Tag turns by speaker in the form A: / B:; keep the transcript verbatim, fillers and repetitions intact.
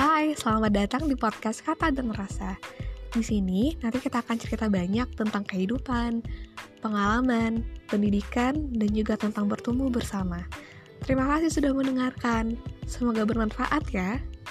A: Hai, selamat datang di podcast Kata dan Rasa. Di sini nanti kita akan cerita banyak tentang kehidupan, pengalaman, pendidikan, dan juga tentang bertumbuh bersama. Terima kasih sudah mendengarkan. Semoga bermanfaat ya.